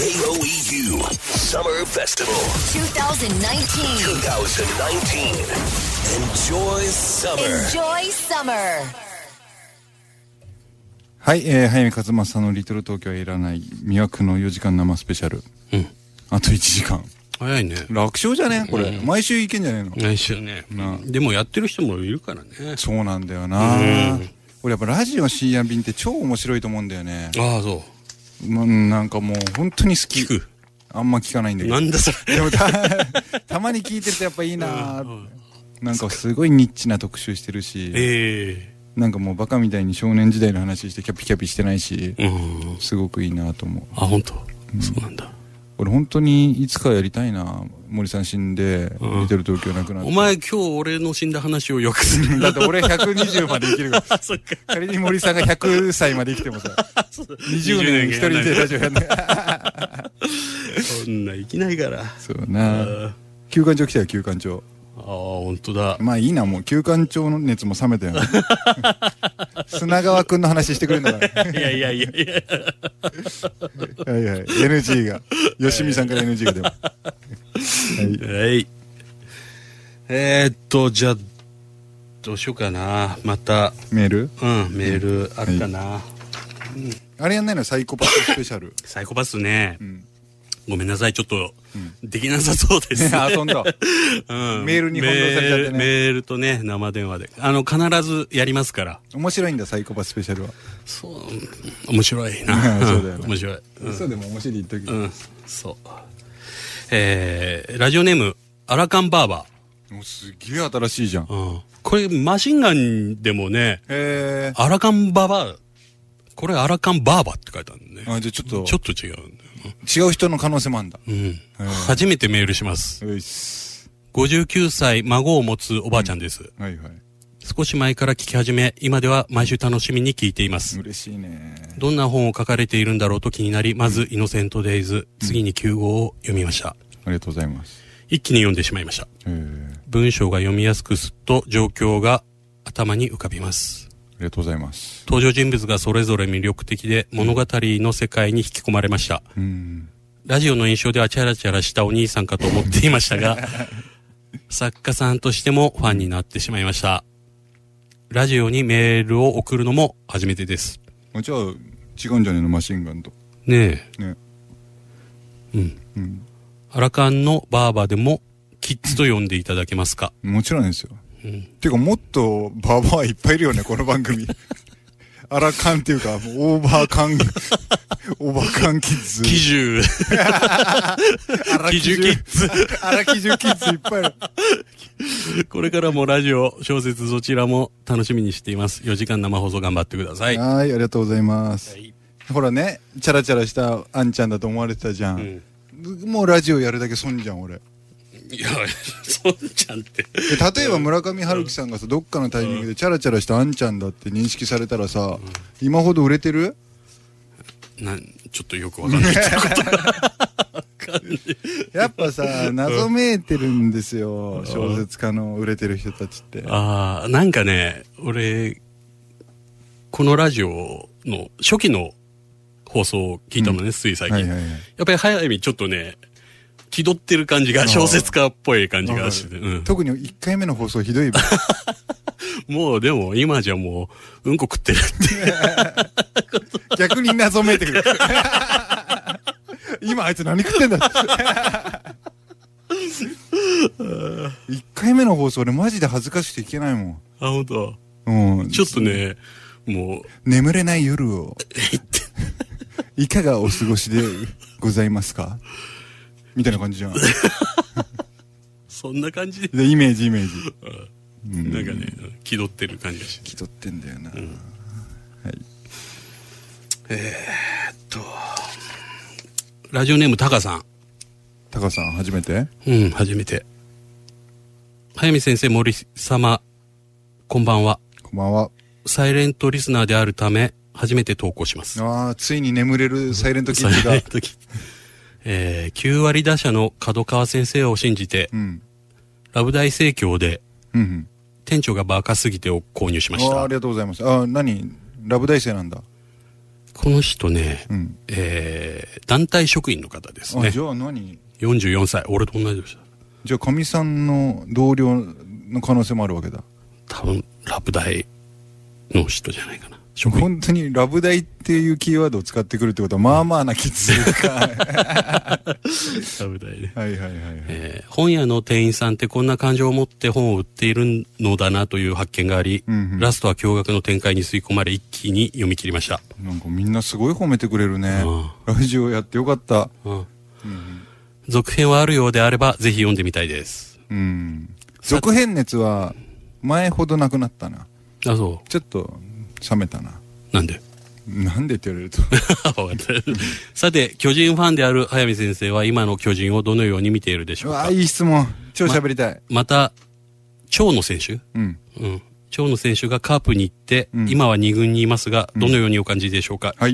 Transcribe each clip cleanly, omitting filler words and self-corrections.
KOEU Summer Festival 2019. Enjoy Summer. はい、早見和正のリトル東京はいらない魅惑の4時間生スペシャル。あと1時間。 早いね。 楽勝じゃねこれ、毎週いけんじゃねえの。 毎週ね。でもやってる人もいるからね。 そうなんだよな。俺やっぱラジオ深夜便って超面白いと思うんだよね。 ああ、そう。 なんかもう本当に好き。 聞く。 あんま聞かないんだけど。 なんだそれ。 でもたまに聞いてるとやっぱいいな。なんかすごいニッチな特集してるし。なんかもうバカみたいに少年時代の話してキャピキャピしてないし、すごくいいなと思う。 あ、本当。そうなんだ。 俺本当にいつかやりたいな。森さん死んで、リトル東京なくなって。 お前今日俺の死んだ話をよくする。 だって俺120まで生きるから。そっか。仮に森さんが100歳まで生きてもさ、20年一人でラジオやんない。 そんな生きないから。 そうな。休館長来たよ、休館長。 ああ、本当だ。 まあいいな、もう休館長の熱も冷めたよね。砂川くんの話してくれるんだから。 いや。 はいはい。NG が。吉見さんから NG が出ます。 はい。じゃあ、どうしようかな。また。 メール？ メールあるかな。 あれやんないの？サイコパススペシャル。 サイコパスね。ごめんなさい、ちょっと、できなさそうです。 遊んだ。メールに翻弄されちゃってね。 メールとね、生電話で。必ずやりますから。 面白いんだ、サイコパススペシャルは。 そう、面白いな。 そうだよね。 面白い。 そうでも面白い言っとき。 そう。ラジオネーム、アラカンバーバー。すげえ新しいじゃん。 これ、マシンガンでもね、アラカンババー、これアラカンバーバって書いてあるんだね。 じゃあちょっと違うんだよ。 違う人の可能性もあるんだ。 初めてメールします。59歳孫を持つおばあちゃんです。少し前から聞き始め、今では毎週楽しみに聞いています。 嬉しいね。 どんな本を書かれているんだろうと気になり、まずイノセントデイズ、次に9号を読みました。 ありがとうございます。 一気に読んでしまいました。文章が読みやすくすっと状況が頭に浮かびます。 ありがとうございます。 登場人物がそれぞれ魅力的で物語の世界に引き込まれました。ラジオの印象ではチャラチャラしたお兄さんかと思っていましたが、作家さんとしてもファンになってしまいました。ラジオにメールを送るのも初めてです。 じゃあ違うんじゃねえの、マシンガンと。 ねえ。アラカンのバーバでもキッズと呼んでいただけますか？ もちろんですよ。てかもっとバーバーいっぱいいるよね、この番組。アラカンっていうか、オーバーカンキッズ。 キジュキッズ。 アラキジュキッズいっぱいある。 これからもラジオ、小説どちらも楽しみにしています。4時間生放送頑張ってください。 はい、ありがとうございます。ほらね、チャラチャラしたあんちゃんだと思われてたじゃん。もうラジオやるだけ損じゃん、俺。 いや、そうちゃんって。 例えば村上春樹さんがさ、どっかのタイミングでチャラチャラしたあんちゃんだって認識されたらさ、今ほど売れてる？ ちょっとよくわかんない。 やっぱさ、謎めいてるんですよ、小説家の売れてる人たちって。 なんかね、俺、このラジオの初期の放送を聞いたのね、つい最近。やっぱり早見ちょっとね、気取ってる感じが、小説家っぽい感じがして、 特に1回目の放送ひどい。 もうでも今じゃもううんこ食ってるって逆に謎めいてくる。今あいつ何食ってんだ。1回目の放送俺マジで恥ずかしくていけないもん。 あ、本当。ちょっとね、もう眠れない夜をいかがお過ごしでございますかみたいな感じじゃん。 そんな感じでイメージ。 なんかね、気取ってる感じがして。 気取ってんだよな。はい。 ラジオネームタカさん。 タカさん初めて？ 初めて。早見先生、森様、こんばんは。 こんばんは。 サイレントリスナーであるため初めて投稿します。 ついに眠れるサイレントキッズが。 9割打者の角川先生を信じて、ラブ大盛況で、店長がバカすぎてを購入しました。 ありがとうございます。何ラブ大生なんだ。 この人ね、 うん、 団体職員の方ですね。 じゃあ何 ?44 歳。俺と同じでした。 じゃあ、かみさんの同僚の可能性もあるわけだ。 多分、ラブ大の人じゃないかな。 本当にラブ大っていうキーワードを使ってくるってことは、まあまあなきついうか。 ラブ大ね。 はいはいはい、はい。 本屋の店員さんってこんな感情を持って本を売っているのだなという発見があり、うんうん、ラストは驚愕の展開に吸い込まれ一気に読み切りました。 なんかみんなすごい褒めてくれるね。ラジオやってよかった。 続編はあるようであれば、ぜひ読んでみたいです。 続編熱は前ほどなくなったな。 あ、そう。 ちょっと冷めたな。 なんでって言われると。 さて、巨人ファンである早見先生は今の巨人をどのように見ているでしょうか。 いい質問。超喋りたい。 また、長野選手、長野選手がカープに行って、今は2軍にいますが、どのようにお感じでしょうか。はい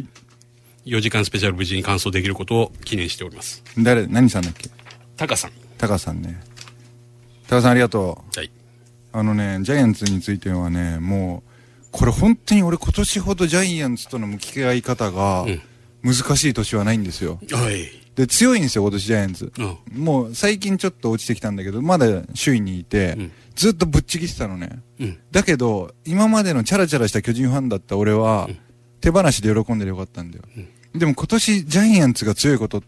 。4時間スペシャル無事に完走できることを記念しております。 何さんだっけ。 タカさん。 タカさんね。タカさんありがとう。はい。ジャイアンツについてはね、もう、これ本当に俺今年ほどジャイアンツとの向き合い方が難しい年はないんですよ。はい。で、強いんですよ、今年ジャイアンツ。もう最近ちょっと落ちてきたんだけど、まだ首位にいて、ずっとぶっちぎってたのね。だけど、今までのチャラチャラした巨人ファンだった俺は、手放しで喜んでよかったんだよ。でも今年ジャイアンツが強いことって、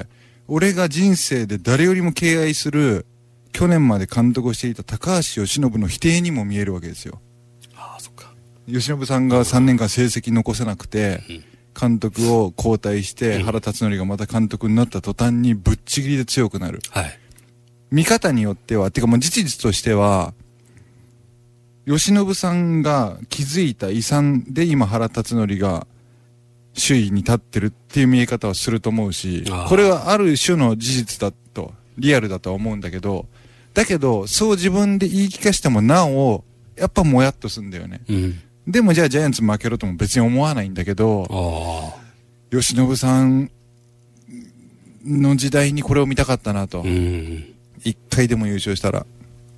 俺が人生で誰よりも敬愛する、去年まで監督をしていた高橋由伸の否定にも見えるわけですよ。由伸さんが3年間成績残せなくて、監督を交代して、原辰徳がまた監督になった途端にぶっちぎりで強くなる。はい。見方によっては、てかもう事実としては、由伸さんが築いた遺産で今原辰徳が首位に立ってるっていう見え方はすると思うし、これはある種の事実だと、リアルだとは思うんだけど、そう自分で言い聞かしてもなお、やっぱもやっとすんだよね。でもじゃあジャイアンツ負けろとも別に思わないんだけど、由伸さんの時代にこれを見たかったなと。一回でも優勝したら、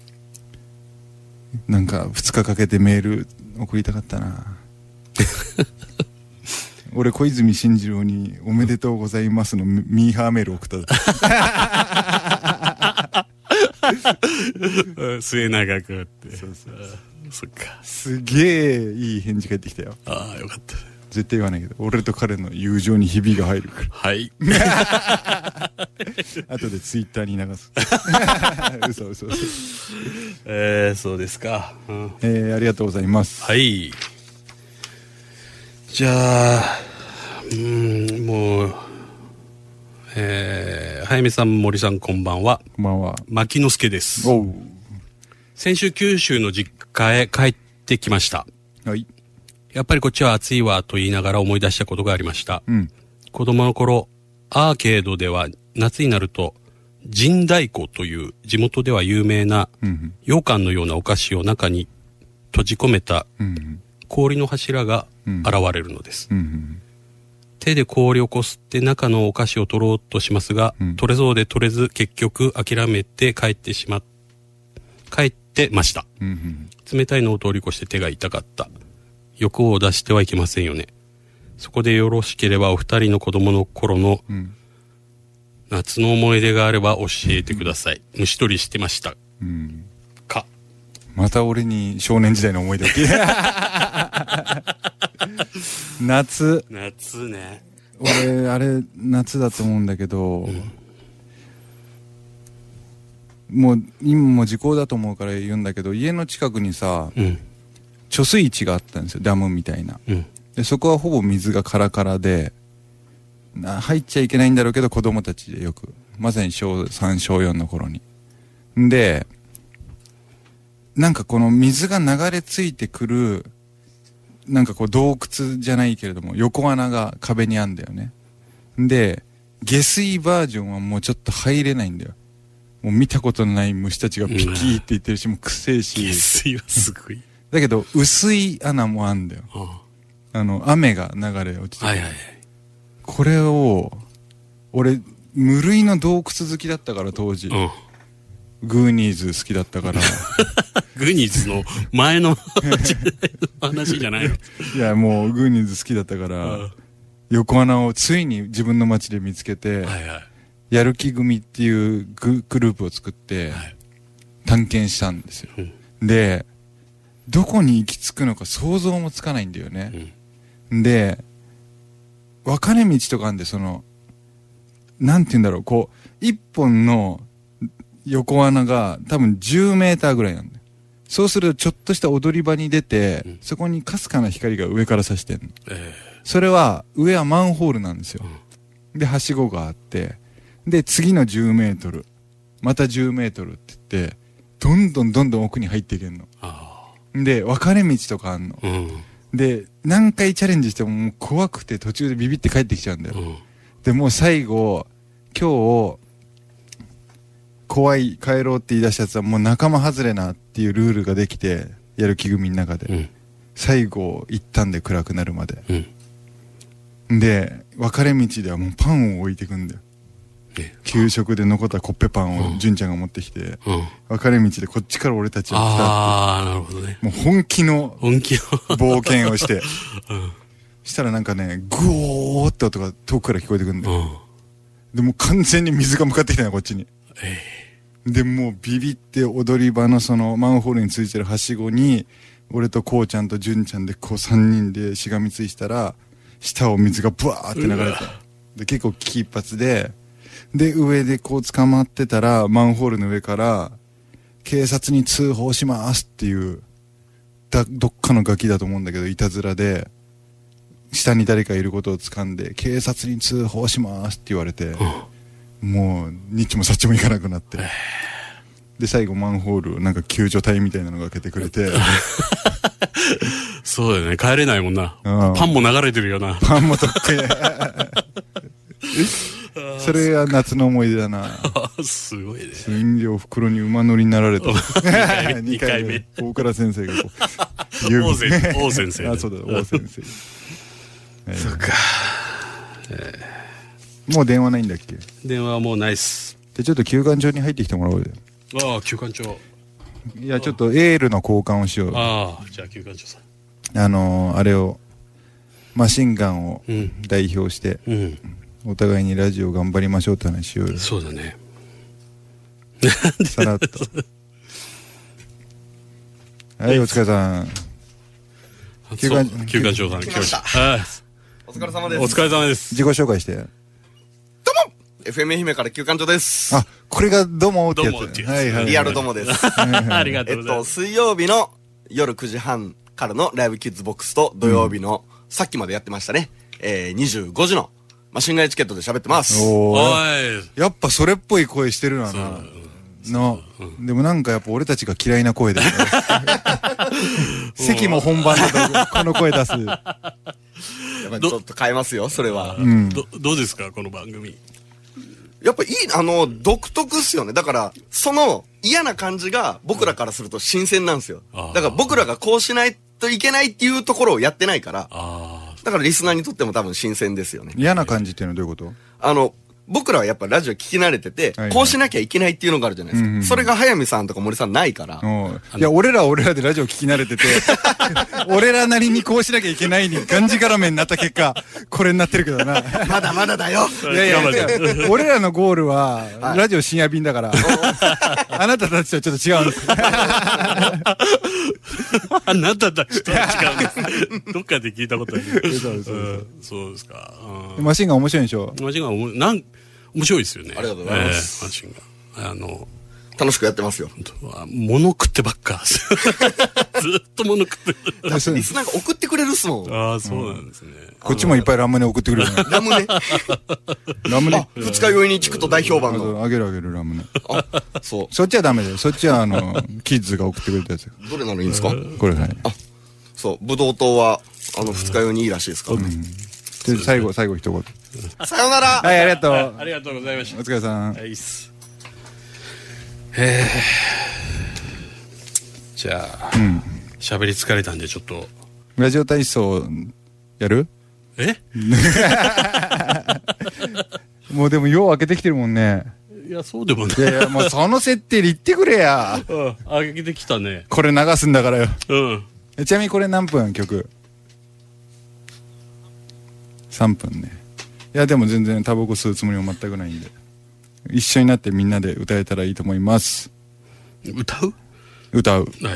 なんか2日かけてメール送りたかったな。俺小泉進次郎におめでとうございますのミーハーメール送った。 末永くって。 そうそう。 そっか。 すげえいい返事返ってきたよ。 ああ、よかった。 絶対言わないけど、俺と彼の友情にひびが入るから。 はい。 後でツイッターに流す。嘘。 そうですか。 ありがとうございます。 はい。じゃあ、もう、早見さん、森さん、こんばんは。 こんばんは。 牧之助です。先週九州の実家へ帰ってきました。はい。やっぱりこっちは暑いわと言いながら思い出したことがありました。子供の頃、アーケードでは夏になると、神太鼓という地元では有名な、羊羹のようなお菓子を中に閉じ込めた、氷の柱が現れるのです。手で氷をこすって中のお菓子を取ろうとしますが、取れそうで取れず結局諦めて帰ってました。冷たいのを通り越して手が痛かった。欲を出してはいけませんよね。そこでよろしければお二人の子供の頃の夏の思い出があれば教えてください。虫取りしてました。か。 また俺に少年時代の思い出を聞いて。夏ね。 俺、あれ、夏だと思うんだけど、もう、今も時効だと思うから言うんだけど、家の近くにさ、貯水池があったんですよ、ダムみたいな。で、そこはほぼ水がカラカラで、入っちゃいけないんだろうけど、子供たちでよく、まさに小3、小4の頃に。で、なんかこの水が流れ着いてくる、なんかこう洞窟じゃないけれども、横穴が壁にあんだよね。で、下水バージョンはもうちょっと入れないんだよ。もう見たことのない虫たちがピキーって言ってるし、もうくせえし。 下水はすごい。 だけど、薄い穴もあんだよ。雨が流れ落ちてくる。これを、俺、無類の洞窟好きだったから、当時。グーニーズ好きだったから。 グーニーズの前の話じゃないの？ いや、もうグーニーズ好きだったから、 横穴をついに自分の街で見つけて、やる気組っていうグループを作って、探検したんですよ。で、どこに行き着くのか想像もつかないんだよね。で、分かれ道とかあんで、なんて言うんだろう、こう、一本の横穴が多分10メーターぐらいなんだよ。そうするとちょっとした踊り場に出て、そこにかすかな光が上から差してんの。それは、上はマンホールなんですよ。で、はしごがあって、で、次の10メートル、また10メートルって言って、どんどん奥に入っていけんの。で、分かれ道とかあんの。で、何回チャレンジしてももう怖くて途中でビビって帰ってきちゃうんだよ。で、もう最後、今日、怖い、帰ろうって言い出したやつはもう仲間外れなっていうルールができて、やる気組の中で。最後、一旦で暗くなるまで。で、分かれ道ではもうパンを置いてくんだよ。給食で残ったコッペパンを純ちゃんが持ってきて、分かれ道でこっちから俺たちは来たって。 なるほどね。 もう本気の冒険をして。したらなんかね、グオーって音が遠くから聞こえてくるんだよ。で、もう完全に水が向かってきたの、こっちに。で、もうビビって踊り場のそのマンホールについてるはしごに、俺とこうちゃんと純ちゃんでこう3人でしがみついたら、下を水がブワーって流れた。で、結構危機一髪で、で、上でこう捕まってたら、マンホールの上から、警察に通報しますっていう、どっかのガキだと思うんだけど、いたずらで、下に誰かいることを掴んで、警察に通報しますって言われて、もう、にっちもさっちもいかなくなって。で、最後マンホール、なんか救助隊みたいなのが開けてくれて。 そうだよね、帰れないもんな。パンも流れてるよな。 パンもとっくに。それは夏の思い出だな。 すごいね。 すんげえお袋に馬乗りになられた。 2回目。 大倉先生がこう。王先生。 あ、そうだ、王先生。 そっか。 もう電話ないんだっけ？ 電話はもうないっす。 で、ちょっと休館長に入ってきてもらおうよ。 ああ、休館長。 いや、ちょっとエールの交換をしよう。 ああ、じゃあ休館長さん。あれを、マシンガンを代表して、お互いにラジオ頑張りましょうって話しようよ。 そうだね。 さらっと。はい、お疲れさん。 休館長さん、来ました。 お疲れ様です。 お疲れ様です。 自己紹介して。どうも FM 愛媛から休館長です。 あ、これがどうもってやつ。 はいはい。リアルどうもです。 ありがとうございます。 水曜日の夜9時半からのライブキッズボックスと土曜日のさっきまでやってましたね。25時のマシンガンチケットで喋ってます。 やっぱそれっぽい声してるな。でもなんかやっぱ俺たちが嫌いな声で。席も本番だとこの声出す。 やっぱりちょっと変えますよ、それは。 どうですか、この番組。 やっぱいい、独特っすよね。だから、その嫌な感じが僕らからすると新鮮なんですよ。だから僕らがこうしないといけないっていうところをやってないから、だからリスナーにとっても多分新鮮ですよね。 嫌な感じっていうのはどういうこと？ 僕らはやっぱラジオ聞き慣れてて、こうしなきゃいけないっていうのがあるじゃないですか。それが早見さんとか森さんないから。 いや、俺らでラジオ聞き慣れてて、俺らなりにこうしなきゃいけないにがんじがらめになった結果、これになってるけどな。 まだまだだよ。 いや、俺らのゴールは、ラジオ深夜便だから、あなたたちとはちょっと違うんです。 あなたたちとは違うんです。どっかで聞いたことある。そうですか。 マシンガン面白いでしょ？ マシンガン面白いですよね。 ありがとうございます。 マシンガン。 楽しくやってますよ。 物食ってばっか。ずっと物食ってる。 リスナーが送ってくれるっすもん。 ああ、そうなんですね。 こっちもいっぱいラムネ送ってくれる。 ラムネラムネ二日酔いに聞くと大評判の。 あげるラムネ。 そう。 そっちはダメだよ。そっちはキッズが送ってくれたやつ。 どれならいいんですか？ これはい。 そう。ブドウ糖は、二日酔いにいいらしいですから。 で、最後一言。 さよなら。 はい、ありがとう。 ありがとうございました。 お疲れさん。 はいっす。じゃあ、喋り疲れたんでちょっと。 ラジオ体操、やる？もうでも、よう開けてきてるもんね。 いや、そうでもない。 いや、もうその設定で言ってくれや。 開けてきたね。 これ流すんだからよ。 ちなみにこれ何分曲 3分ね。いやでも全然タバコ吸うつもりも全くないんで、一緒になってみんなで歌えたらいいと思います。 歌う。 はい。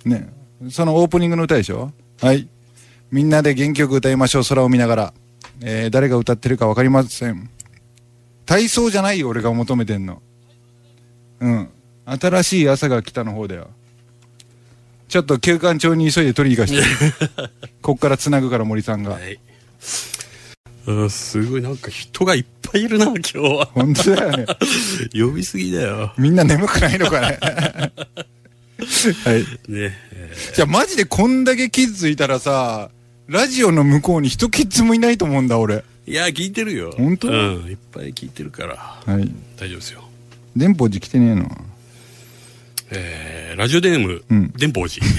ね、そのオープニングの歌でしょ。はい。みんなで元気よく歌いましょう。空を見ながら。誰が歌ってるか分かりません。体操じゃないよ、俺が求めてんの。うん。新しい朝が来たの方だよ。ちょっと休館長に急いで取りに行かしてこっからつなぐから森さんが、はい、 すごいなんか人がいっぱいいるな今日は。 本当だよね呼びすぎだよ。 みんな眠くないのかねはいね、じゃあマジでこんだけキッズいたらさ、ラジオの向こうに一キッズもいないと思うんだ俺。 いや聞いてるよ。 本当？ いっぱい聞いてるから、はい、大丈夫ですよ。 電報寺来てねえの。 ラジオネーム、電報寺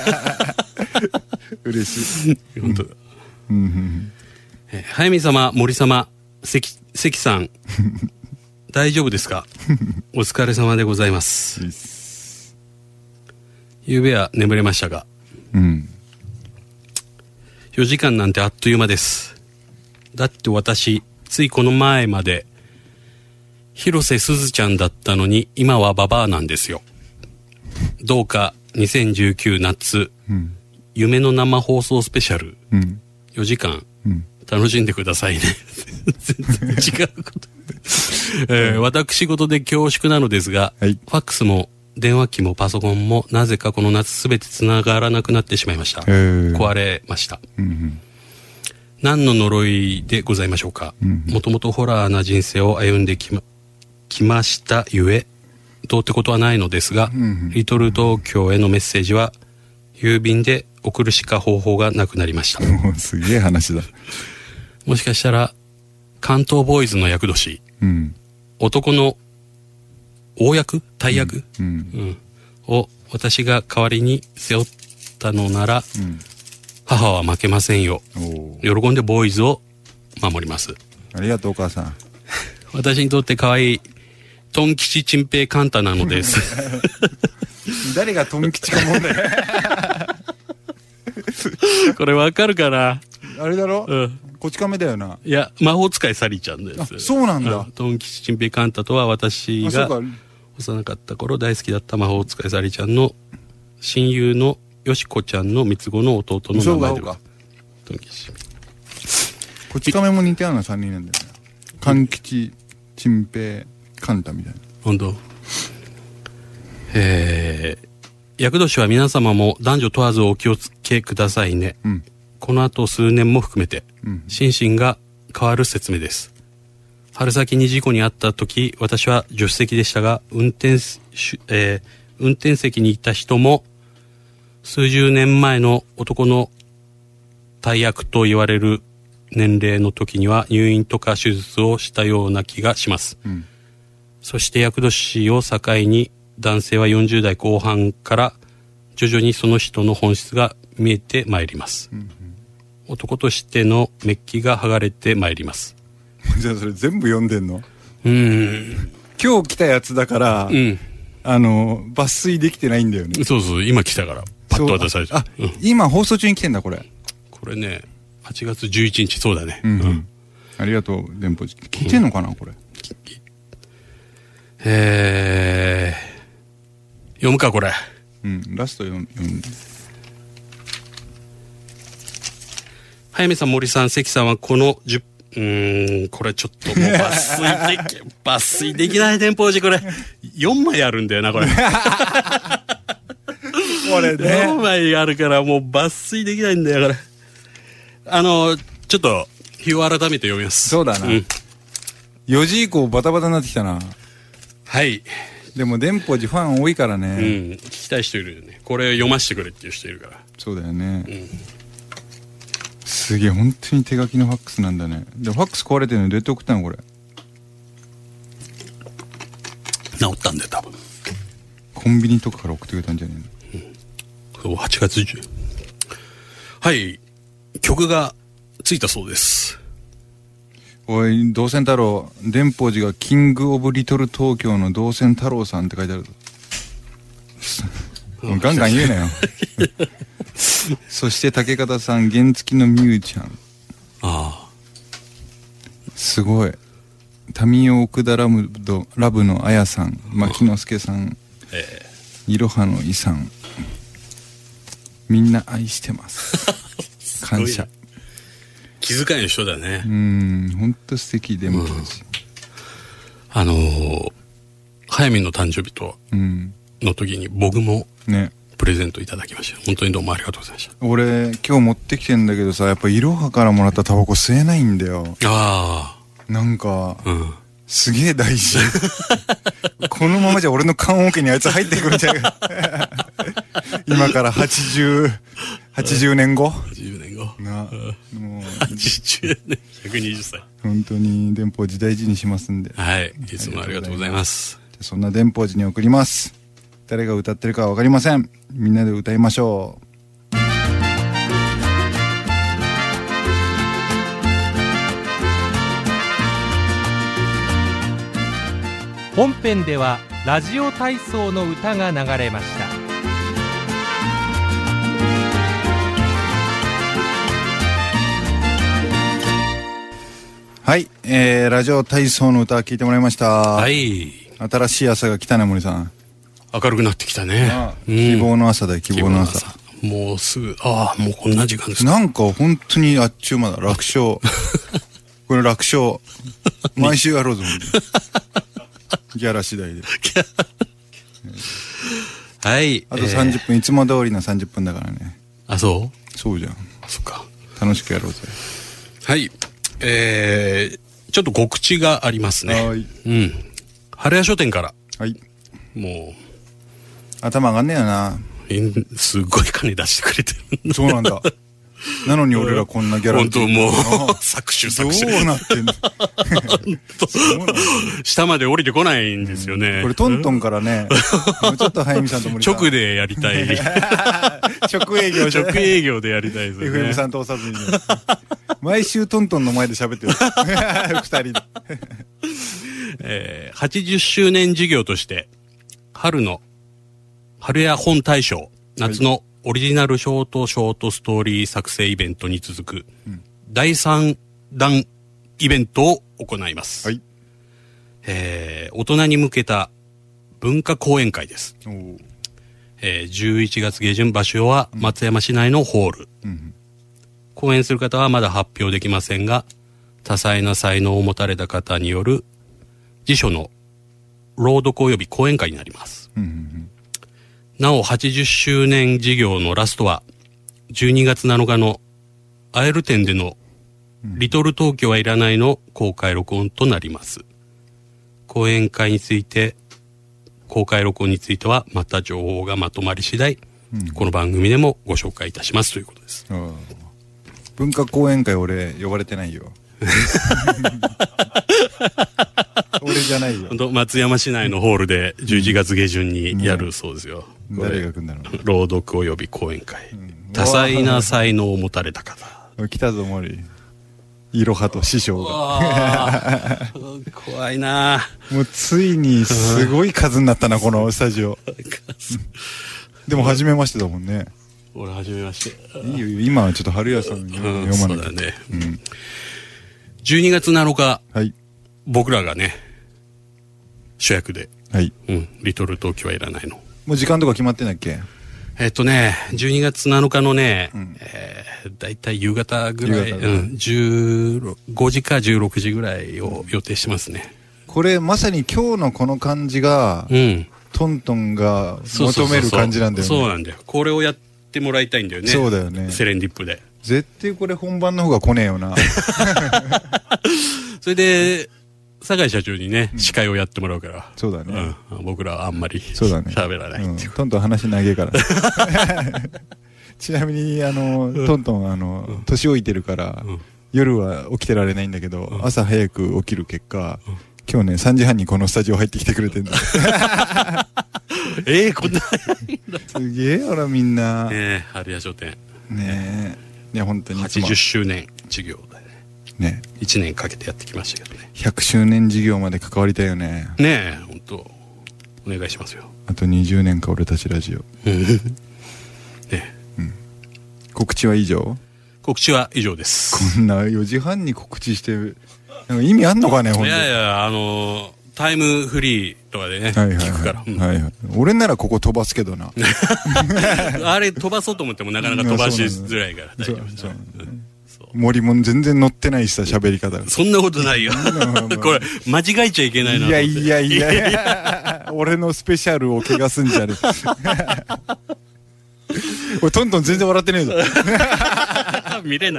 嬉しい本当だ。早見様、森様、関さん大丈夫ですかお疲れ様でございます。ゆうべは眠れましたが、4時間なんてあっという間です。だって私ついこの前まで広瀬すずちゃんだったのに今はババアなんですよ。どうか2019夏、夢の生放送スペシャル、4時間、楽しんでくださいね全然違うこと私事で恐縮なのですが、はい、ファックスも電話機もパソコンもなぜかこの夏すべてつながらなくなってしまいました。壊れました。何の呪いでございましょうか。もともとホラーな人生を歩んできましたゆえどうってことはないのですが、リトル東京へのメッセージは郵便で送るしか方法がなくなりましたすげえ話だ。 もしかしたら関東ボーイズの厄年、男の大役大役、を私が代わりに背負ったのなら、母は負けませんよ。喜んでボーイズを守ります。 ありがとうお母さん私にとって可愛いトン吉チンペイカンタなのです誰がトン吉かもんだよこれわかるかな。 あれだろ、こち亀だよな。 いや魔法使いサリちゃんです。 そうなんだ。 トン吉チンペイカンタとは私が幼かった頃大好きだった魔法使いサリちゃんの親友のよしこちゃんの三つ子の弟の名前ではトン吉。 こち亀も似たような3人なんだよね。勘吉チンペイカンタみたいな。 本当。厄年は皆様も男女問わずお気をつけくださいね。この後数年も含めて、心身が変わる説明です。春先に事故に遭った時、私は助手席でしたが、運転席にいた人も数十年前の男の大役と言われる年齢の時には入院とか手術をしたような気がします。そして厄年を境に男性は40代後半から徐々にその人の本質が見えてまいります。男としてのメッキが剥がれてまいります。 じゃあそれ全部読んでんの？今日来たやつだから、抜粋できてないんだよね。 そうそう、今来たからパッと渡された。 今放送中に来てんだこれ。 これね8月11日そうだね。 ありがとう電報寺。聞いてんのかなこれ。 読むかこれ。 ラスト読んで。 早見さん、森さん、関さんはこのこれちょっともう抜粋できない電報寺これ。4枚あるんだよな、これ。 これね。 4枚あるからもう抜粋できないんだよ、これ。ちょっと、日を改めて読みます。 そうだな。4時以降バタバタになってきたな。 はい。 でも電報寺ファン多いからね。 聞きたい人いるよね。これ読ませてくれっていう人いるから。 そうだよね。すげえ、本当に手書きのファックスなんだね。でもファックス壊れてるのどうやって送ったのこれ。 治ったんだよ多分。 コンビニとかから送ってくれたんじゃねえの。 そう、8月10。はい、曲がついたそうです。 おい、道仙太郎、電報寺がキングオブリトル東京の道仙太郎さんって書いてある。もうガンガン言うなよ。そして竹方さん、原付のミューちゃん。 すごい。タミオ奥田ラブのあやさん、牧之助さん、いろはのいさん、みんな愛してます。感謝。 気遣いの人だね。 ほんと素敵でも早見の誕生日の時に僕もプレゼントいただきました。本当にどうもありがとうございました。 俺今日持ってきてんだけどさ、やっぱいろはからもらったタバコ吸えないんだよ。なんか、すげえ大事。このままじゃ俺の棺桶にあいつ入ってくるんじゃないか。今から80年後 ?80 年後な、もう 80年、120歳。 本当に電報寺大事にしますんで。 はい、いつもありがとうございます。 そんな電報寺に送ります。誰が歌ってるかは分かりません。みんなで歌いましょう。 本編ではラジオ体操の歌が流れました。 はい、ラジオ体操の歌聞いてもらいました。 はい。 新しい朝が来たね、森さん。 明るくなってきたね。 希望の朝だよ、希望の朝。 もうすぐ、もうこんな時間ですか。 なんか本当にあっちゅう間だ、楽勝。これ楽勝。毎週やろうぞ。ギャラ次第で。 はい。 あと30分、いつも通りの30分だからね。 そうそうじゃん。 そっか。 楽しくやろうぜ。 はい。ちょっと告知がありますね。 はい。 春屋書店から。 はい。 もう。 頭上がんねえよな。 すっごい金出してくれてる。 そうなんだ。なのに俺らこんなギャラ本当もう搾取どうなってんの。 下まで降りてこないんですよね。 これトントンからね、もうちょっと早見さんと森さん直でやりたい。 直営業でやりたいですね。 FM さん通さずに。毎週トントンの前で喋ってる。二人で。80周年事業として春屋本大賞、夏のオリジナルショートストーリー作成イベントに続く、第3弾イベントを行います。 はい。 大人に向けた文化講演会です。11月下旬、場所は松山市内のホール。講演する方はまだ発表できませんが、多彩な才能を持たれた方による辞書の朗読及び講演会になります。なお、80周年事業のラストは、12月7日のアエル展でのリトル東京はいらないの公開録音となります。講演会について、公開録音については、また情報がまとまり次第、この番組でもご紹介いたしますということです。 文化講演会俺呼ばれてないよ。俺じゃないよ。 本当松山市内のホールで11月下旬にやるそうですよ。 誰が来るんだろう。 朗読及び講演会。多彩な才能を持たれた方。 来たぞ森。いろはと師匠が。 怖いな。 もうついにすごい数になったなこのスタジオ。でも初めましてだもんね。 俺初めまして。 いいよ今はちょっと春屋さん読まないと。 そうだね。12月7日。 はい。 僕らがね主役で、 はい、 リトル東京はいらないの。 もう時間とか決まってんだっけ ？12月7日のね、だいたい夕方ぐらい、15時か16時ぐらいを予定してますね。 これまさに今日のこの感じが、トントンが求める感じなんだよね。 そうなんだよ。これをやってもらいたいんだよね。 そうだよね。 セレンディップで。 絶対これ本番の方が来ねえよな。 それで、酒井社長にね、司会をやってもらうから。 そうだね。 僕らはあんまり喋らないっていう。 トントン話長えから。ちなみに、トントン、年老いてるから、夜は起きてられないんだけど、朝早く起きる結果、今日ね、3時半にこのスタジオ入ってきてくれてんだ。 こんな早いんだ。 すげえよな、みんな。 春屋書店。 ねえ。いや、本当に。 80周年事業だよね。 ね。 1年かけてやってきましたけどね。 100周年事業まで関わりたいよね。 ねえ、本当お願いしますよ。 あと20年か、俺たちラジオ。 ね。 告知は以上？ 告知は以上です。 こんな4時半に告知してなんか意味あんのかね、ほんと。 いやいや、タイムフリーとかでね、聞くから。 はいはい。俺ならここ飛ばすけどな。 あれ飛ばそうと思ってもなかなか飛ばしづらいから大丈夫です。 森も全然乗ってないしさ、喋り方が。 そんなことないよ。これ、間違えちゃいけないな。 いやいやいや、俺のスペシャルを怪我すんじゃねえ。俺、トントン全然笑ってねえぞ。 見れない。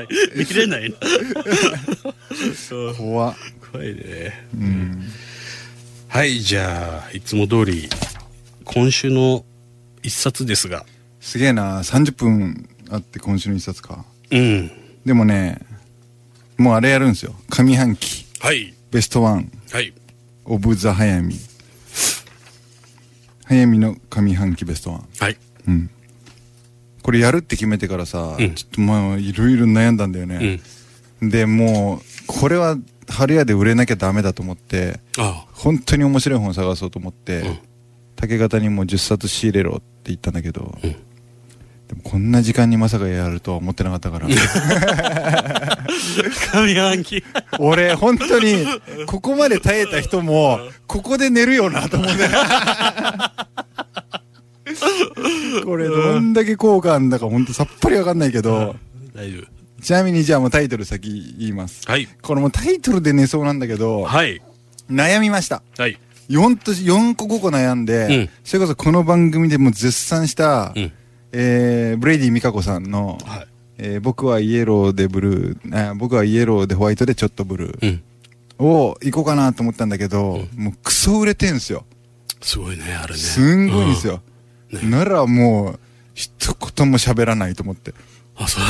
怖いね。はい、じゃあ、いつも通り、今週の一冊ですが。 すげえな、30分あって今週の一冊か。 うん。 でもね、もうあれやるんですよ。上半期。 はい。 ベストワン。 はい。 オブザ早見。早見の上半期ベストワン。 はい。 うん。これやるって決めてからさ、ちょっとまあいろいろ悩んだんだよね。で、もう、これは春屋で売れなきゃダメだと思って、本当に面白い本を探そうと思って、竹方にも10冊仕入れろって言ったんだけど、でもこんな時間にまさかやるとは思ってなかったから。 上半期。 俺、本当に、ここまで耐えた人も、ここで寝るよなと思って。これ、どんだけ効果あんだか、本当さっぱりわかんないけど。 大丈夫。 ちなみに、じゃあもうタイトル先言います。 はい。 これもうタイトルで寝そうなんだけど、 はい。 悩みました。 はい。 4個5個悩んで、それこそこの番組でも絶賛した、ブレイディ・ミカコさんの、僕はイエローでブルー、僕はイエローでホワイトでちょっとブルーを行こうかなと思ったんだけど、もうクソ売れてんすよ。 すごいね、あれね。 すんごいんですよ。ならもう、一言も喋らないと思って。 あ、そう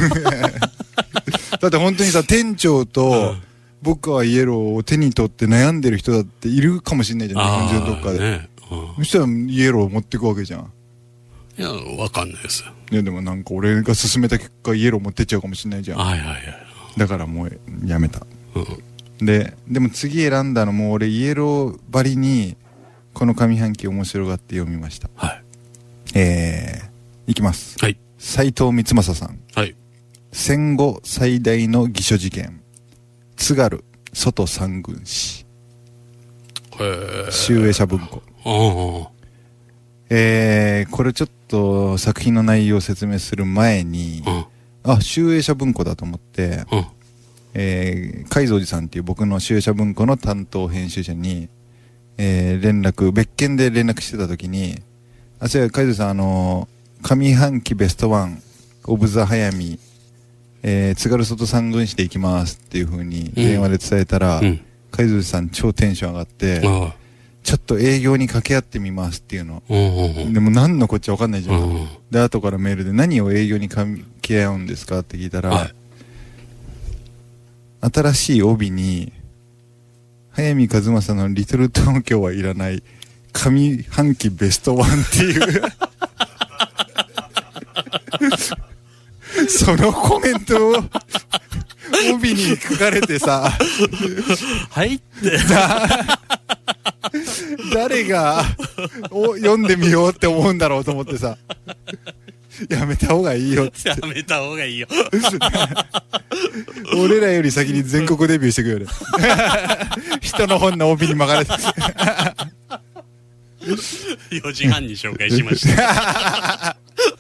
だって本当にさ、店長と、僕はイエローを手に取って悩んでる人だっているかもしれないじゃん、日本中のどっかで。そしたらイエローを持っていくわけじゃん。 いや、わかんないです。 いや、でもなんか俺が勧めた結果イエロー持ってっちゃうかもしれないじゃん。 はいはいはい。 だからもうやめた。でも次選んだのも俺イエローばりに、この上半期面白がって読みました。 はい。 いきます。 はい。 斉藤光正さん。 はい。 戦後最大の偽書事件。津軽外三軍史。集英社文庫。これちょっと作品の内容を説明する前に、集英社文庫だと思って、海蔵寺さんっていう僕の集英社文庫の担当編集者に、別件で連絡してた時に、海蔵さん、上半期ベストワン、オブザ早見、津軽外三軍史で行きますっていう風に電話で伝えたら、海蔵さん超テンション上がって、ちょっと営業に掛け合ってみますっていうの。でも何のこっちゃわかんないじゃん。で、後からメールで何を営業に掛け合うんですかって聞いたら、新しい帯に、早見和正のリトル東京はいらない上半期ベストワンっていうそのコメントを帯に書かれてさはいって誰が読んでみようって思うんだろうと思ってさやめた方がいいよってやめた方がいいよ俺らより先に全国デビューしてくよね人の本の帯に巻かれて 4時半に紹介しました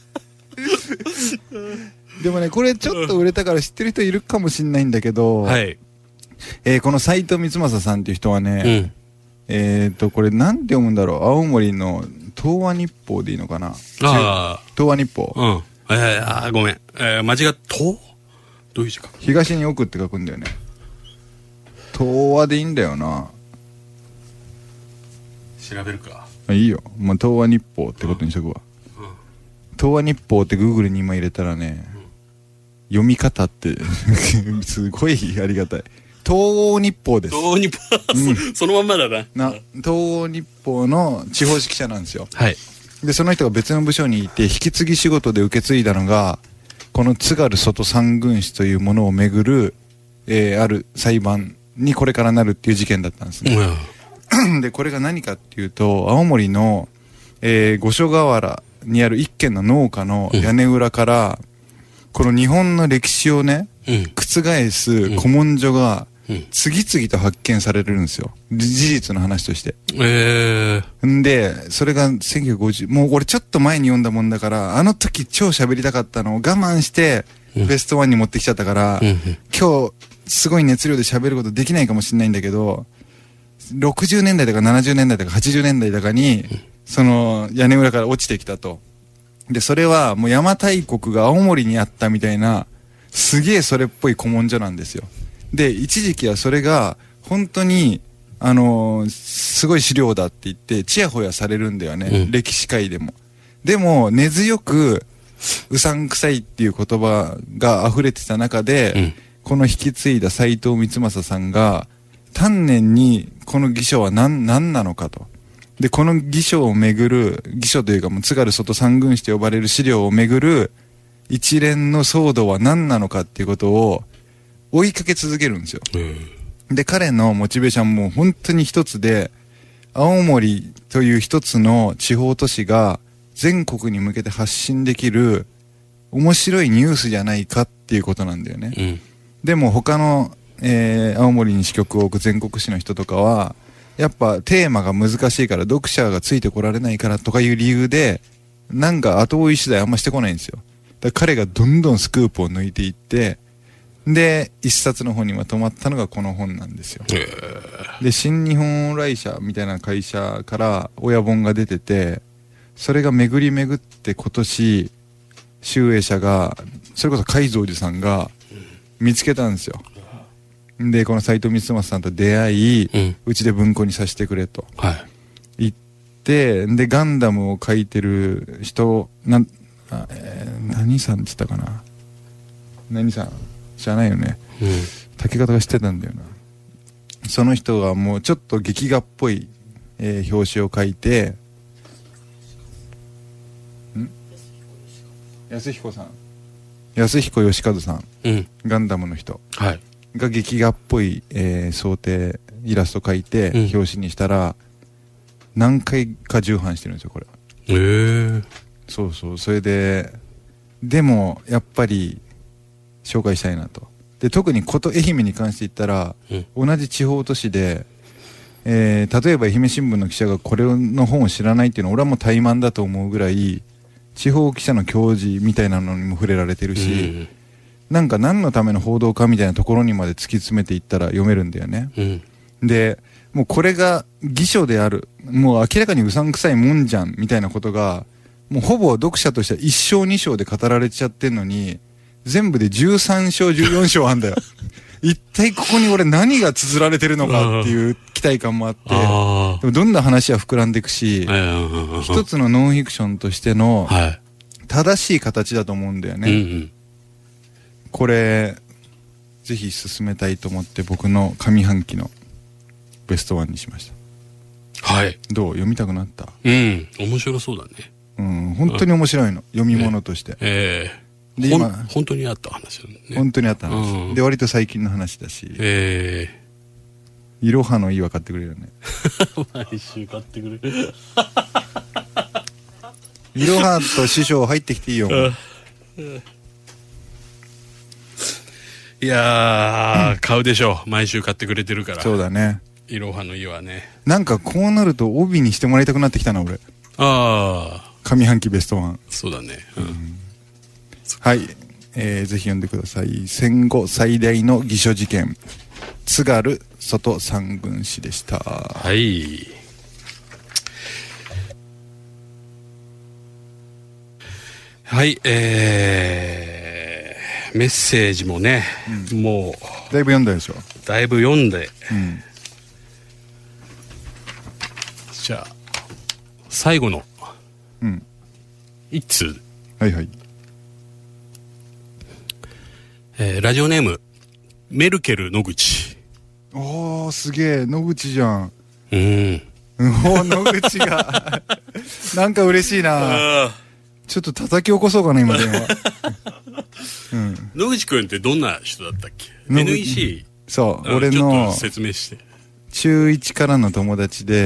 でもねこれちょっと売れたから知ってる人いるかもしれないんだけど、 はい、 この斉藤光正さんっていう人はね、これなんて読むんだろう、青森の東和日報でいいのかな、東和日報、 ごめん、間違っどういう字か、 東に奥って書くんだよね、東和でいいんだよな、 調べるか、 いいよ、まあ、東和日報ってことにしとくわ、東和日報って Google に今入れたらね、読み方ってすごいありがたい。東欧日報です。 東欧日報、そのまんまだな。 東欧日報の地方紙記者なんですよ。 はい。 で、その人が別の部署にいて、引き継ぎ仕事で受け継いだのが、この津軽外三軍史というものをめぐる、ある裁判にこれからなるっていう事件だったんですね。で、これが何かっていうと、青森の、五所川原にある一軒の農家の屋根裏から、この日本の歴史をね、覆す古文書が次々と発見されるんですよ。事実の話として。んで、それが1950、もう俺ちょっと前に読んだもんだから、あの時超喋りたかったのを我慢して、ベストワンに持ってきちゃったから、今日、すごい熱量で喋ることできないかもしれないんだけど、60年代とか70年代とか80年代とかに、その屋根裏から落ちてきたと。で、それはもう邪馬台国が青森にあったみたいな、すげえそれっぽい古文書なんですよ。で、一時期はそれが、本当に、すごい資料だって言って、ちやほやされるんだよね。歴史界でも。でも、根強く、うさんくさいっていう言葉が溢れてた中で、この引き継いだ斎藤光正さんが、丹念に、この義書は何なのかと。で、この義書をめぐる、義書というかもう津軽外三軍史と呼ばれる資料をめぐる、一連の騒動は何なのかっていうことを追いかけ続けるんですよ。で、彼のモチベーションも本当に一つで、青森という一つの地方都市が全国に向けて発信できる面白いニュースじゃないかっていうことなんだよね。でも他の、青森に支局を置く全国紙の人とかは、やっぱテーマが難しいから読者がついてこられないからとかいう理由で、なんか後追い取材あんましてこないんですよ。だから彼がどんどんスクープを抜いていって、で、一冊の本にまとまったのがこの本なんですよ。で、新日本来社みたいな会社から親本が出てて、それが巡り巡って今年、集英社が、それこそ海蔵寺さんが見つけたんですよ。で、この斎藤光正さんと出会い、うちで文庫にさせてくれと。言って、で、ガンダムを描いてる人、何さんって言ったかな。何さん知らないよね。竹方が知ってたんだよな。その人がもうちょっと劇画っぽい、表紙を描いて、安彦さん。安彦義和さん。ガンダムの人。が劇画っぽい、想定、イラスト描いて、表紙にしたら、何回か重版してるんですよ、これ。そうそう。それで、でも、やっぱり、紹介したいなと。で、特に愛媛に関して言ったら、同じ地方都市で、例えば愛媛新聞の記者がこれの本を知らないっていうのは、俺はもう怠慢だと思うぐらい、地方記者の教示みたいなのにも触れられてるし、なんか何のための報道かみたいなところにまで突き詰めていったら読めるんだよね。で、もうこれが偽書である。もう明らかにうさんくさいもんじゃんみたいなことが、もうほぼ読者としては1章2章で語られちゃってんのに、全部で13章14章あんだよ。一体ここに俺何が綴られてるのかっていう期待感もあって、でもどんな話は膨らんでいくし、一つのノンフィクションとしての正しい形だと思うんだよね。これ、ぜひ進めたいと思って僕の上半期のベストワンにしました。どう読みたくなった？ 面白そうだね。本当に面白いの。読み物として。 で今本当にあった話だね。 本当にあった話。で、割と最近の話だし。いろはのいは買ってくれるね。 毎週買ってくれる。 いろはと師匠入ってきていいよ。 いやー、買うでしょう。毎週買ってくれてるから。 そうだね。 いろはのいはね。 なんかこうなると帯にしてもらいたくなってきたな、俺。上半期ベストワン。 そうだね。 はい。ぜひ読んでください。戦後最大の偽書事件。津軽外三軍史でした。 はい。はい、メッセージもね、もうだいぶ読んだでしょ。 だいぶ読んで、じゃあ最後の一通、ラジオネームメルケル野口。 おー、すげえ、野口じゃん。 野口がなんか嬉しいな。ちょっと叩き起こそうかな、今電話。 野口くんってどんな人だったっけ？ NEC。 そう、俺のちょっと説明して。 中1からの友達で、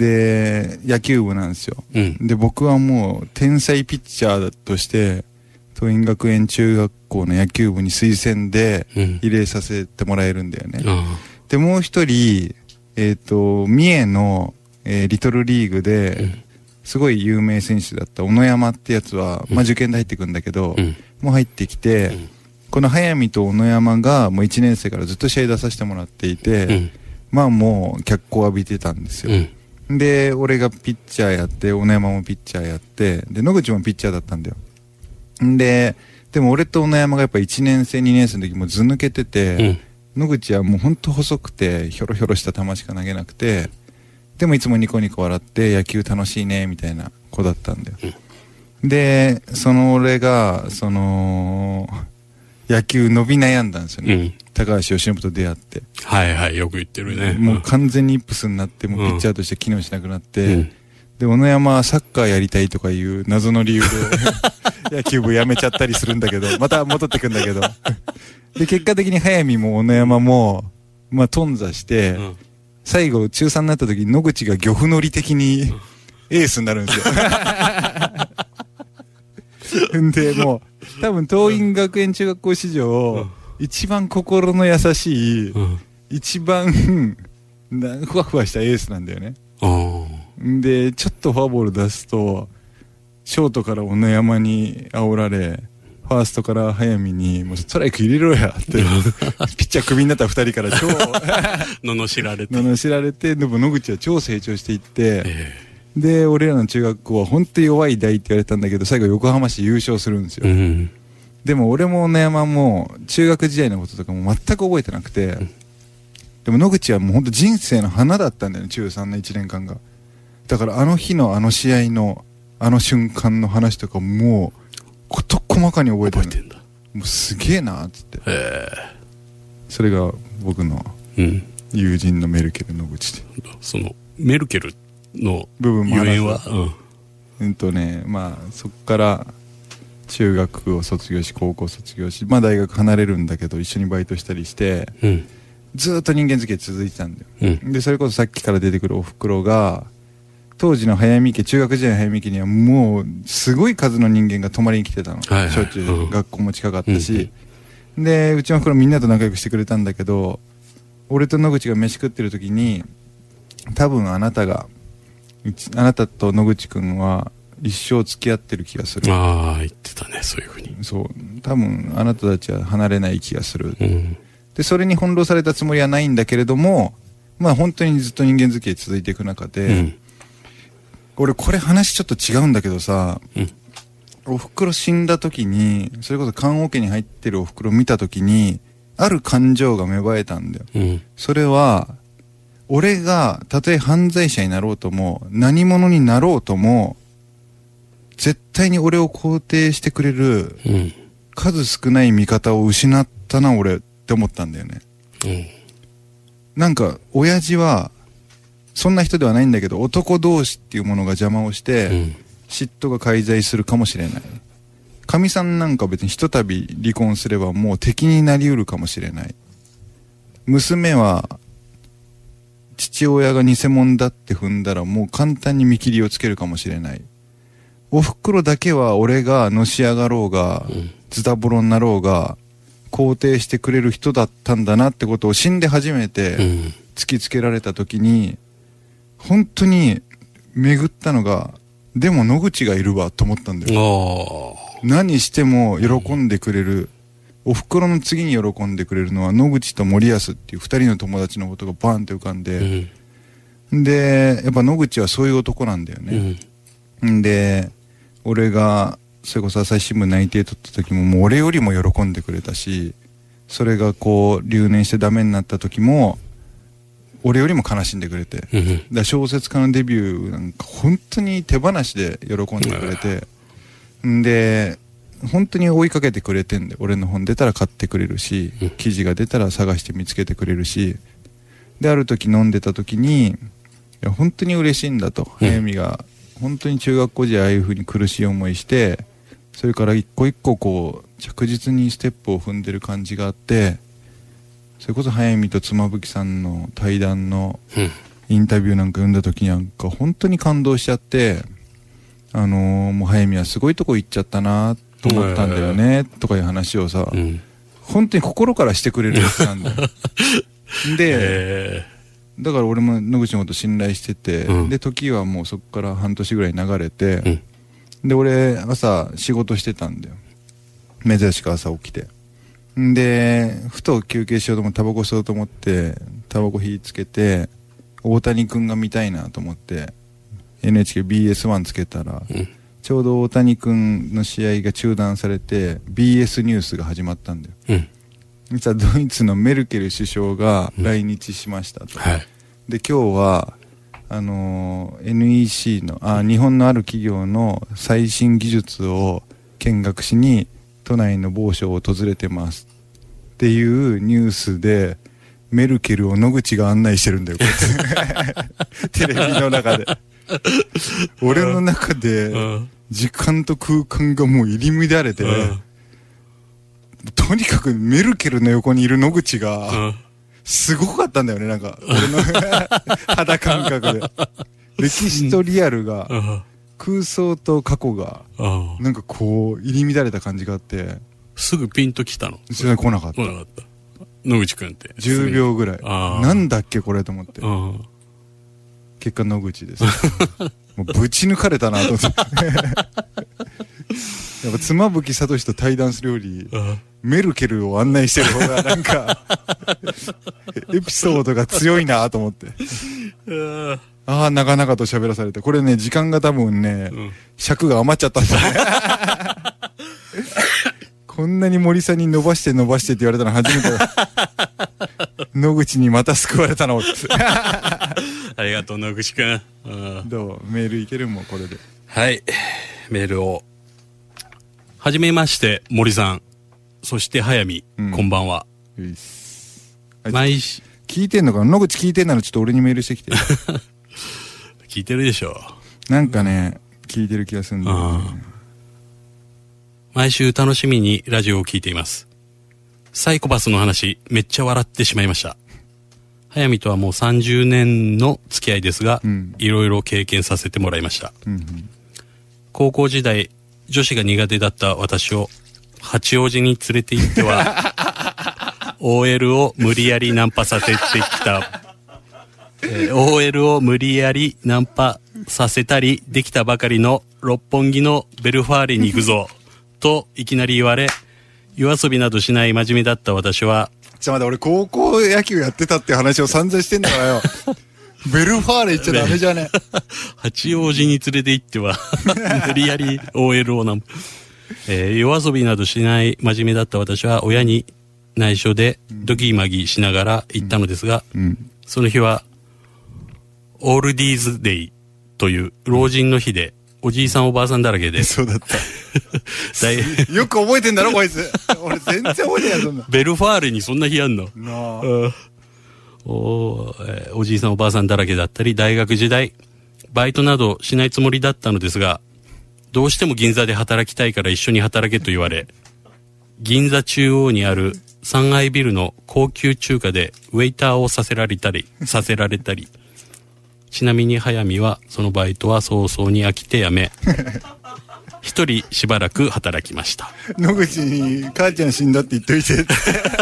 野球部なんですよ。で、僕はもう天才ピッチャーとして、 桐蔭学園中学校の野球部に推薦で入れさせてもらえるんだよね。で、もう一人、三重の、リトルリーグで、すごい有名選手だった小野山ってやつは、まあ受験で入ってくんだけど、もう入ってきて、この早見と小野山がもう1年生からずっと試合出させてもらっていて、まあもう脚光浴びてたんですよ。で、俺がピッチャーやって、小野山もピッチャーやって、で、野口もピッチャーだったんだよ。でも俺と小野山がやっぱ1年生、2年生の時もず抜けてて、野口はもうほんと細くて、ひょろひょろした球しか投げなくて、でもいつもニコニコ笑って野球楽しいねみたいな子だったんだよ。で、その俺が野球伸び悩んだんですよね。高橋由伸と出会って。 はいはい、よく言ってるね。 もう完全にイップスになって、もうピッチャーとして機能しなくなって、で、小野山はサッカーやりたいとかいう謎の理由で野球部辞めちゃったりするんだけど、また戻ってくんだけど。で、結果的に早見も小野山も、まあ頓挫して、最後、中3になった時に野口が漁夫乗り的にエースになるんですよ。んで、もう、多分、桐蔭学園中学校史上、一番心の優しい、一番、ふわふわしたエースなんだよね。で、ちょっとフォアボール出すと、ショートから小野山に煽られ、ファーストから早見に、もうストライク入れろやって、ピッチャークビになった二人から超、 罵られて。 罵られて、でも野口は超成長していって、で、俺らの中学校は本当に弱い代って言われたんだけど、最後横浜市優勝するんですよ。でも俺も小野山も、中学時代のこととかも全く覚えてなくて、でも野口はもう本当人生の花だったんだよね、中3の1年間が。だからあの日のあの試合の、あの瞬間の話とかもう、事細かに覚えてるんだ。もうすげえなーっつって。それが僕の友人のメルケル野口で。 そのメルケルの部分もゆえんは、 まあそこから中学を卒業し、高校卒業し、まあ大学離れるんだけど一緒にバイトしたりして、ずーっと人間付き合い続いてたんだよ。で、それこそさっきから出てくるおふくろが、当時の早見家、中学時代の早見家にはもうすごい数の人間が泊まりに来てたの。しょっちゅう学校も近かったし。で、うちのおふくろみんなと仲良くしてくれたんだけど、俺と野口が飯食ってる時に、多分あなたと野口くんは一生付き合ってる気がする。 ああ、言ってたね、そういうふうに。 そう。多分あなたたちは離れない気がする。で、それに翻弄されたつもりはないんだけれども、まあ本当にずっと人間付き合い続いていく中で、俺これ話ちょっと違うんだけどさ、おふくろ死んだ時に、それこそ棺桶に入ってるおふくろ見た時に、ある感情が芽生えたんだよ。それは、俺がたとえ犯罪者になろうとも、何者になろうとも、絶対に俺を肯定してくれる、数少ない味方を失ったな俺って思ったんだよね。なんか、親父は、そんな人ではないんだけど、男同士っていうものが邪魔をして、嫉妬が介在するかもしれない。かみさんなんか別にひとたび離婚すればもう敵になりうるかもしれない。娘は、父親が偽物だって踏んだらもう簡単に見切りをつけるかもしれない。おふくろだけは俺がのし上がろうが、ズタボロになろうが、肯定してくれる人だったんだなってことを死んで初めて突きつけられた時に、本当に巡ったのが、でも野口がいるわと思ったんだよ。何しても喜んでくれる。おふくろの次に喜んでくれるのは野口と森保っていう二人の友達のことがバーンって浮かんで、で、やっぱ野口はそういう男なんだよね。で、俺がそれこそ朝日新聞内定取った時ももう俺よりも喜んでくれたし、それがこう留年してダメになった時も俺よりも悲しんでくれて、だ小説家のデビューなんか本当に手放しで喜んでくれて、で本当に追いかけてくれてんで、俺の本出たら買ってくれるし、記事が出たら探して見つけてくれるし、である時飲んでた時に、いや本当に嬉しいんだと、早見が本当に中学校時代ああいう風に苦しい思いして、それから一個一個こう着実にステップを踏んでる感じがあって、それこそ早見と妻夫木さんの対談のインタビューなんか読んだ時なんか本当に感動しちゃって、もう早見はすごいとこ行っちゃったなっと思ったんだよね、とかいう話をさ、本当に心からしてくれるやつなんだよ。で、だから俺も野口のこと信頼してて、で、時はもうそこから半年ぐらい流れて、で、俺、朝仕事してたんだよ。珍しく朝起きて。で、ふと休憩しようと思って、タバコ吸おうと思って、タバコ火つけて、大谷君が見たいなと思って、NHKBS1 つけたら、ちょうど大谷君の試合が中断されて、BS ニュースが始まったんだよ。実はドイツのメルケル首相が来日しましたと。で、今日は、NEC の、日本のある企業の最新技術を見学しに、都内の某所を訪れてますっていうニュースで、メルケルを野口が案内してるんだよ、こいつ。テレビの中で。俺の中で、時間と空間がもう入り乱れて、とにかくメルケルの横にいる野口が、すごかったんだよね、なんか。俺の肌感覚で。歴史とリアルが、空想と過去が、なんかこう、入り乱れた感じがあって。 すぐピンときたの？ それ来なかった。 野口くんって。 10秒ぐらい。なんだっけこれと思って。結果野口です。もうぶち抜かれたなと思って。やっぱ妻夫木聡と対談するより、メルケルを案内してる方がなんか、エピソードが強いなと思って。長々と喋らされて。これね、時間が多分ね、尺が余っちゃったんだね。こんなに森さんに伸ばしてって言われたの初めてだ。野口にまた救われたの。 ありがとう、野口くん。 どうメールいけるもん、これで。 はい。メールを。はじめまして、森さん。そして、早見、こんばんは。 聞いてんのかな？野口聞いてんならちょっと俺にメールしてきて。 聞いてるでしょ。 なんかね、聞いてる気がするんだよね。 毎週楽しみにラジオを聞いています。サイコパスの話、めっちゃ笑ってしまいました。早見とはもう30年の付き合いですが、いろいろ経験させてもらいました。高校時代、女子が苦手だった私を八王子に連れて行っては、OL を無理やりナンパさせてきた、OL を無理やりナンパさせたりできたばかりの六本木のベルファーレに行くぞ、といきなり言われ、夜遊びなどしない真面目だった私は、 ちょっと待って、俺高校野球やってたって話を散々してんだからよ。ベルファーレ行っちゃダメじゃね。 八王子に連れて行っては、無理やり OL をナンパ。夜遊びなどしない真面目だった私は親に内緒でドギマギしながら行ったのですが、その日は、オールディーズデイという老人の日で、おじいさんおばあさんだらけで。 そうだった。よく覚えてんだろ、こいつ。俺全然覚えてない、そんな。 ベルファーレにそんな日あんの？おじいさんおばあさんだらけだったり、大学時代、バイトなどしないつもりだったのですが、どうしても銀座で働きたいから一緒に働けと言われ、銀座中央にある3階ビルの高級中華でウェイターをさせられたり、ちなみに早見はそのバイトは早々に飽きて辞め、一人しばらく働きました。 野口に母ちゃん死んだって言っといてって。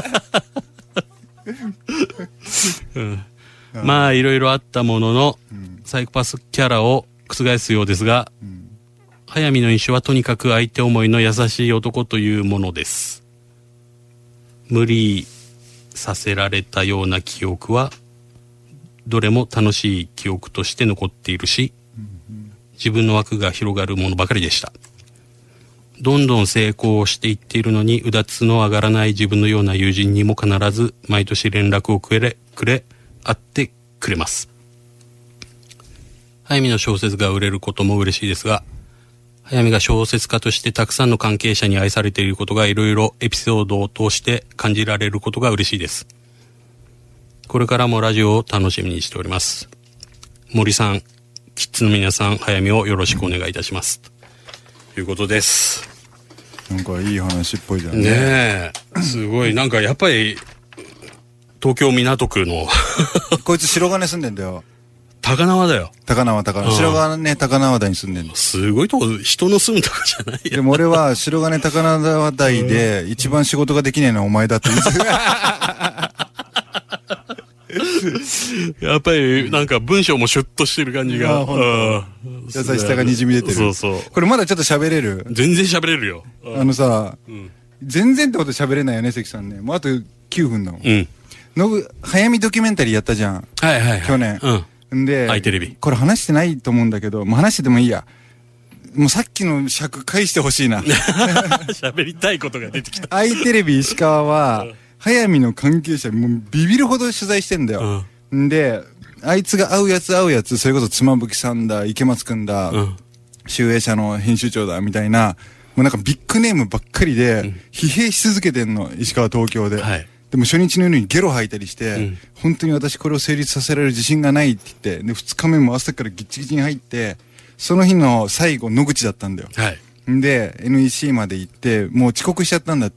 まあいろいろあったものの、サイコパスキャラを覆すようですが、早見の印象はとにかく相手思いの優しい男というものです。無理させられたような記憶はどれも楽しい記憶として残っているし、自分の枠が広がるものばかりでした。どんどん成功していっているのにうだつの上がらない自分のような友人にも必ず毎年連絡をくれ会ってくれます。早見の小説が売れることも嬉しいですが、早見が小説家としてたくさんの関係者に愛されていることがいろいろエピソードを通して感じられることが嬉しいです。これからもラジオを楽しみにしております。森さん、キッズの皆さん、早見をよろしくお願いいたします。ということです。 なんかいい話っぽいじゃんね。ねえ、すごい、なんかやっぱり、東京港区の。 こいつ白金住んでんだよ。 高輪だよ。 高輪。白金高輪台に住んでんの。 すごいとこ、人の住むとこじゃないよ。 でも俺は白金高輪台で一番仕事ができねえのはお前だって言ってやっぱりなんか文章もシュッとしてる感じが。 優しさが滲み出てる。 そうそう。 これまだちょっと喋れる？ 全然喋れるよ。 さ、全然ってこと喋れないよね、関さんね。もうあと9分だもん。早見ドキュメンタリーやったじゃん。去年。で、 テレビ。 これ話してないと思うんだけど、もう話しててもいいや。もうさっきの尺返してほしいな。 喋りたいことが出てきた。 テレビ石川は、早見の関係者、もうビビるほど取材してんだよ。で、あいつが会うやつ、それこそ妻夫木さんだ、池松くんだ、集英社の編集長だ、みたいな、もうなんかビッグネームばっかりで、疲弊し続けてんの、石川東京で。でも初日の夜にゲロ吐いたりして、本当に私これを成立させられる自信がないって言って、で、2日目も朝からギッチギチに入って、その日の最後、野口だったんだよ。で、NEC まで行って、もう遅刻しちゃったんだって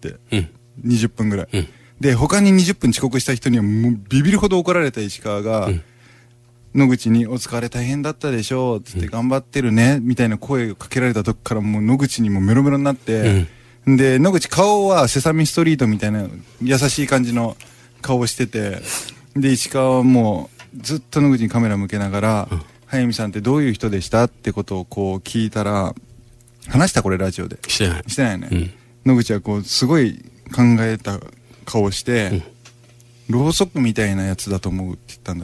。20分ぐらい。で、他に20分遅刻した人にはもうビビるほど怒られた石川が、野口にお疲れ大変だったでしょう、つって頑張ってるね、みたいな声をかけられた時からもう野口にもメロメロになって、で、野口顔はセサミストリートみたいな優しい感じの顔をしてて、で、石川はもうずっと野口にカメラ向けながら、早見さんってどういう人でしたってことをこう聞いたら、話したこれラジオで。してないよね。野口はこうすごい考えた顔して、ろうそくみたいなやつだと思うって言ったんだって。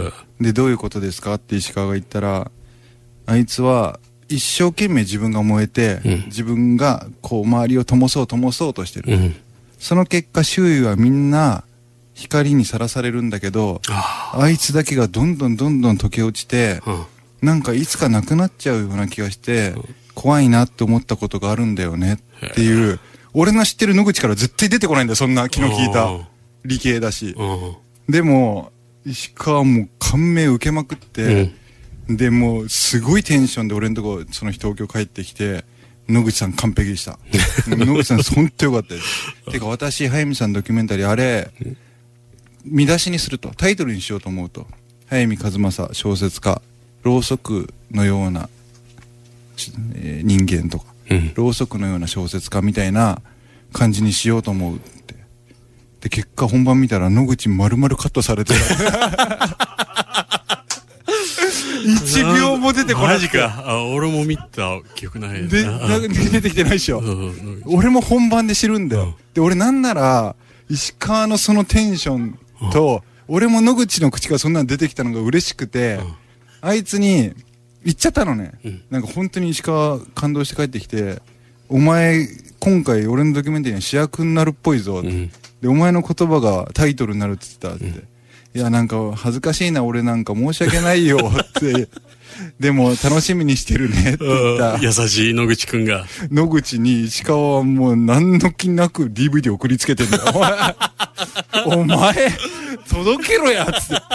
で、どういうことですかって石川が言ったら、あいつは一生懸命自分が燃えて、自分がこう周りを灯そうとしてる。その結果周囲はみんな光にさらされるんだけど、あいつだけがどんどん溶け落ちて、なんかいつかなくなっちゃうような気がして、怖いなって思ったことがあるんだよねっていう、俺の知ってる野口から絶対出てこないんだよ、そんな気の利いた理系だし。でも、石川も感銘受けまくって、で、もうすごいテンションで俺のとこ、その日東京帰ってきて、野口さん完璧でした。野口さん本当よかったです。てか私、早見さんドキュメンタリー、あれ、見出しにすると、タイトルにしようと思うと、早見和正小説家、ろうそくのような、人間とか、ろうそくのような小説家みたいな感じにしようと思うって。で、結果本番見たら野口丸々カットされてた。1秒も出てこない。 マジか。俺も見た記憶ない。 で、出てきてないでしょ。俺も本番で知るんだよ。で、俺なんなら、石川のそのテンションと、俺も野口の口からそんなの出てきたのが嬉しくて、あいつに言っちゃったのね。なんか本当に石川感動して帰ってきて、お前、今回俺のドキュメンタリーに主役になるっぽいぞ。で、お前の言葉がタイトルになるって言ってたって。いや、なんか恥ずかしいな、俺なんか申し訳ないよってでも楽しみにしてるねって言った優しい野口くんが、 野口に石川はもう何の気なく DVD 送りつけてんだよ。お前届けろやっつって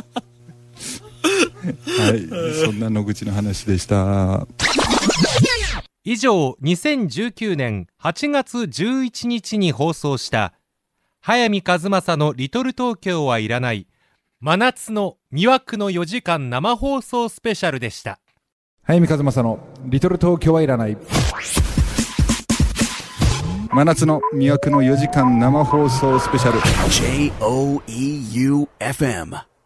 はい、そんな野口の話でした。 以上、2019年8月11日に放送した早見和正のリトル東京はいらない真夏の魅惑の4時間生放送スペシャルでした。 早見和正のリトル東京はいらない真夏の魅惑の4時間生放送スペシャル。 JOEUFM